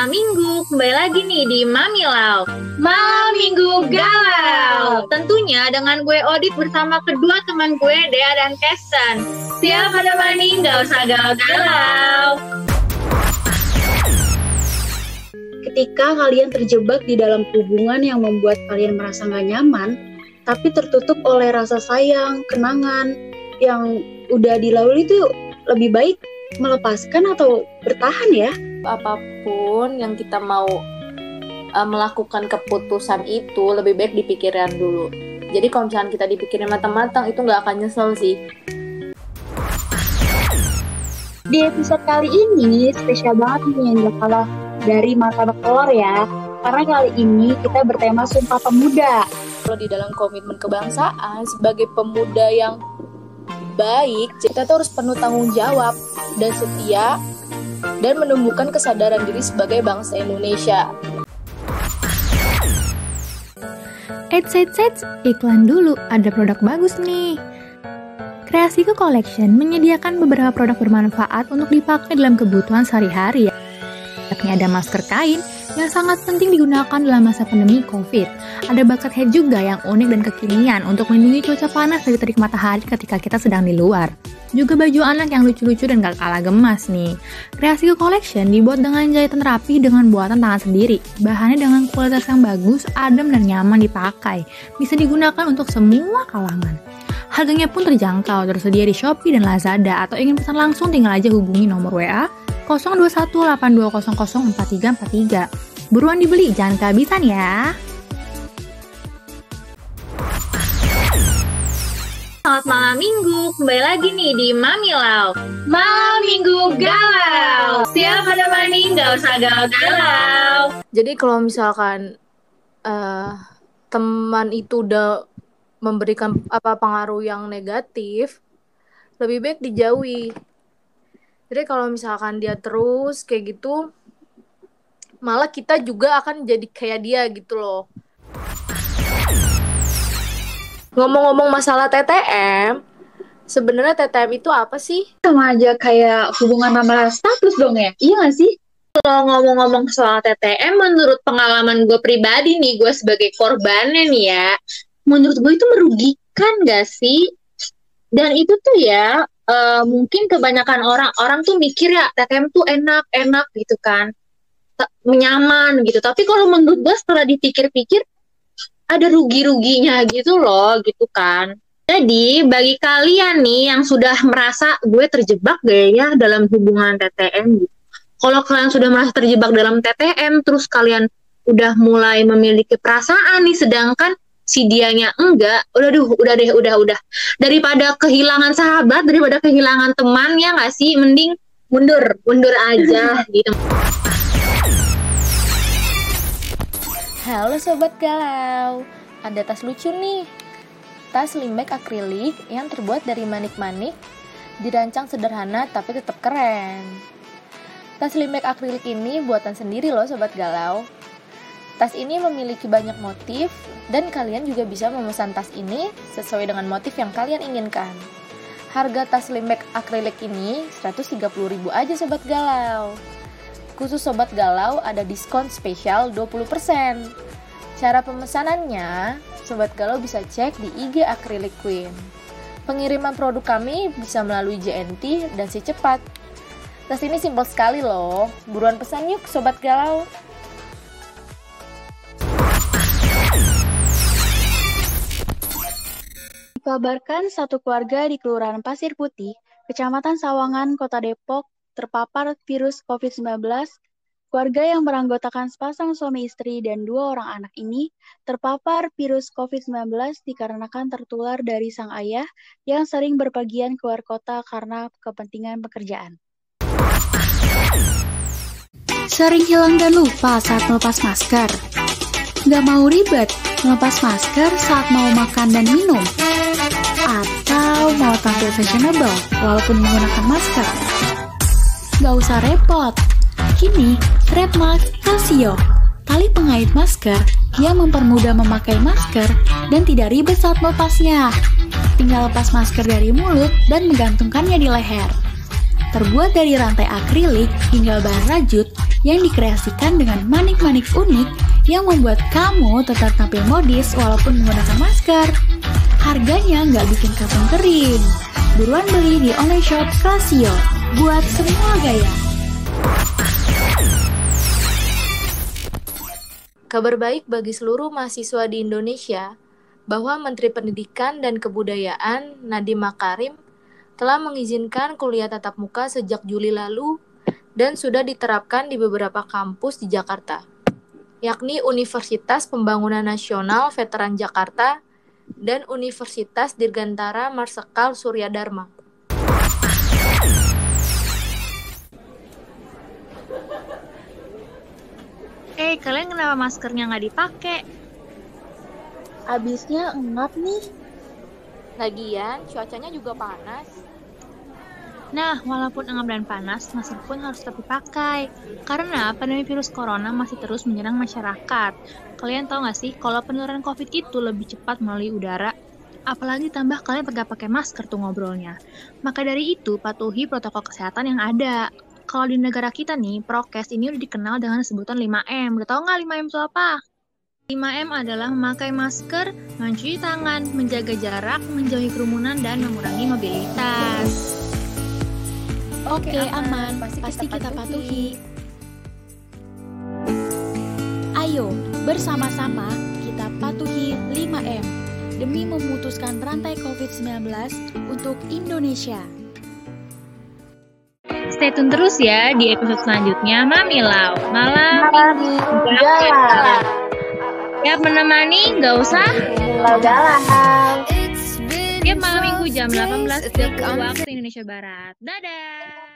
malam minggu, kembali lagi nih di Mami Lau, Malam Minggu Galau. Tentunya dengan gue Odit bersama kedua teman gue Dea dan Kesan. Siap menemani, nggak usah galau-galau. Ketika kalian terjebak di dalam hubungan yang membuat kalian merasa nggak nyaman, tapi tertutup oleh rasa sayang, kenangan yang udah dilalui, itu lebih baik melepaskan atau bertahan ya? Apapun yang kita mau melakukan keputusan itu lebih baik dipikirin dulu. Jadi kalau misalnya kita dipikirin matang-matang itu nggak akan nyesel sih. Di episode kali ini spesial banget nih yang gak kalah dari martabak telur ya. Karena kali ini kita bertema Sumpah Pemuda. Kalau di dalam komitmen kebangsaan sebagai pemuda yang baik, kita tuh harus penuh tanggung jawab dan setia dan menumbuhkan kesadaran diri sebagai bangsa Indonesia. Eits, iklan dulu, ada produk bagus nih. Kreasiku Collection menyediakan beberapa produk bermanfaat untuk dipakai dalam kebutuhan sehari-hari ya. Yakni ada masker kain yang sangat penting digunakan dalam masa pandemi COVID. Ada bucket hat juga yang unik dan kekinian untuk melindungi cuaca panas dari terik matahari ketika kita sedang di luar. Juga baju anak yang lucu-lucu dan gak kalah gemas nih. Kreasiku Collection dibuat dengan jahitan rapi dengan buatan tangan sendiri. Bahannya dengan kualitas yang bagus, adem dan nyaman dipakai. Bisa digunakan untuk semua kalangan. Harganya pun terjangkau, tersedia di Shopee dan Lazada. Atau ingin pesan langsung tinggal aja hubungi nomor WA 02182004343. Buruan dibeli, jangan kehabisan ya. Selamat malam minggu, kembali lagi nih di Mami Lau, Malam Minggu Galau. Siap menemani, nggak usah galau-galau. Jadi kalau misalkan teman itu udah memberikan pengaruh yang negatif, lebih baik dijauhi. Jadi kalau misalkan dia terus kayak gitu, malah kita juga akan jadi kayak dia gitu loh. Ngomong-ngomong masalah TTM, sebenarnya TTM itu apa sih? Sama aja kayak hubungan ramalan status dong ya? Iya gak sih? Kalau ngomong-ngomong soal TTM, menurut pengalaman gue pribadi nih, gue sebagai korbannya nih ya, menurut gue itu merugikan gak sih? Dan itu tuh ya, mungkin kebanyakan orang tuh mikir ya TTM tuh enak gitu kan, nyaman gitu. Tapi kalau menurut gue setelah dipikir-pikir ada rugi-ruginya gitu loh gitu kan. Jadi bagi kalian nih yang sudah merasa gue terjebak gak ya dalam hubungan TTM gitu. Kalau kalian sudah merasa terjebak dalam TTM terus kalian udah mulai memiliki perasaan nih sedangkan si dianya enggak, udah. Daripada kehilangan sahabat, daripada kehilangan teman, ya nggak sih? Mending mundur aja gitu. Halo Sobat Galau, ada tas lucu nih. Tas limbag akrilik yang terbuat dari manik-manik, dirancang sederhana tapi tetap keren. Tas limbag akrilik ini buatan sendiri loh Sobat Galau. Tas ini memiliki banyak motif dan kalian juga bisa memesan tas ini sesuai dengan motif yang kalian inginkan. Harga tas limbag akrilik ini 130.000 aja Sobat Galau. Khusus Sobat Galau ada diskon spesial 20%. Cara pemesanannya, Sobat Galau bisa cek di IG Acrylic Queen. Pengiriman produk kami bisa melalui JNT dan si cepat. Tas ini simpel sekali loh. Buruan pesan yuk Sobat Galau. Dikabarkan satu keluarga di Kelurahan Pasir Putih, Kecamatan Sawangan, Kota Depok, terpapar virus COVID-19. Keluarga yang beranggotakan sepasang suami istri dan 2 orang anak ini terpapar virus COVID-19 dikarenakan tertular dari sang ayah yang sering berpergian keluar kota karena kepentingan pekerjaan. Sering hilang dan lupa saat melepas masker. Nggak mau ribet melepas masker saat mau makan dan minum. Atau mau tampil fashionable walaupun menggunakan masker. Nggak usah repot. Kini, Threadmark Casio, tali pengait masker yang mempermudah memakai masker dan tidak ribet saat melepasnya. Tinggal lepas masker dari mulut dan menggantungkannya di leher. Terbuat dari rantai akrilik hingga bahan rajut yang dikreasikan dengan manik-manik unik yang membuat kamu tetap tampil modis walaupun menggunakan masker. Harganya nggak bikin kantong kering. Buruan beli di online shop Klasio buat semua gaya. Kabar baik bagi seluruh mahasiswa di Indonesia bahwa Menteri Pendidikan dan Kebudayaan Nadiem Makarim telah mengizinkan kuliah tatap muka sejak Juli lalu dan sudah diterapkan di beberapa kampus di Jakarta, yakni Universitas Pembangunan Nasional Veteran Jakarta dan Universitas Dirgantara Marsekal Surya Dharma. Kalian kenapa maskernya nggak dipakai? Abisnya engap nih. Lagian, cuacanya juga panas. Nah, walaupun engap dan panas, masker pun harus tetap dipakai. Karena pandemi virus corona masih terus menyerang masyarakat. Kalian tahu nggak sih, kalau penularan COVID itu lebih cepat melalui udara? Apalagi tambah kalian pakai masker tuh ngobrolnya. Maka dari itu, patuhi protokol kesehatan yang ada. Kalau di negara kita nih, prokes ini udah dikenal dengan sebutan 5M. Udah tau nggak 5M itu apa? 5M adalah memakai masker, mencuci tangan, menjaga jarak, menjauhi kerumunan, dan mengurangi mobilitas. Oke, aman. Pasti kita patuhi. Ayo, bersama-sama kita patuhi 5M demi memutuskan rantai COVID-19 untuk Indonesia. Stay tune terus ya di episode selanjutnya Mamilau Malam Minggu Jalan. Siap menemani, nggak usah Jalan. Tiap malam minggu jam 18.30 waktu Indonesia Barat. Dadah!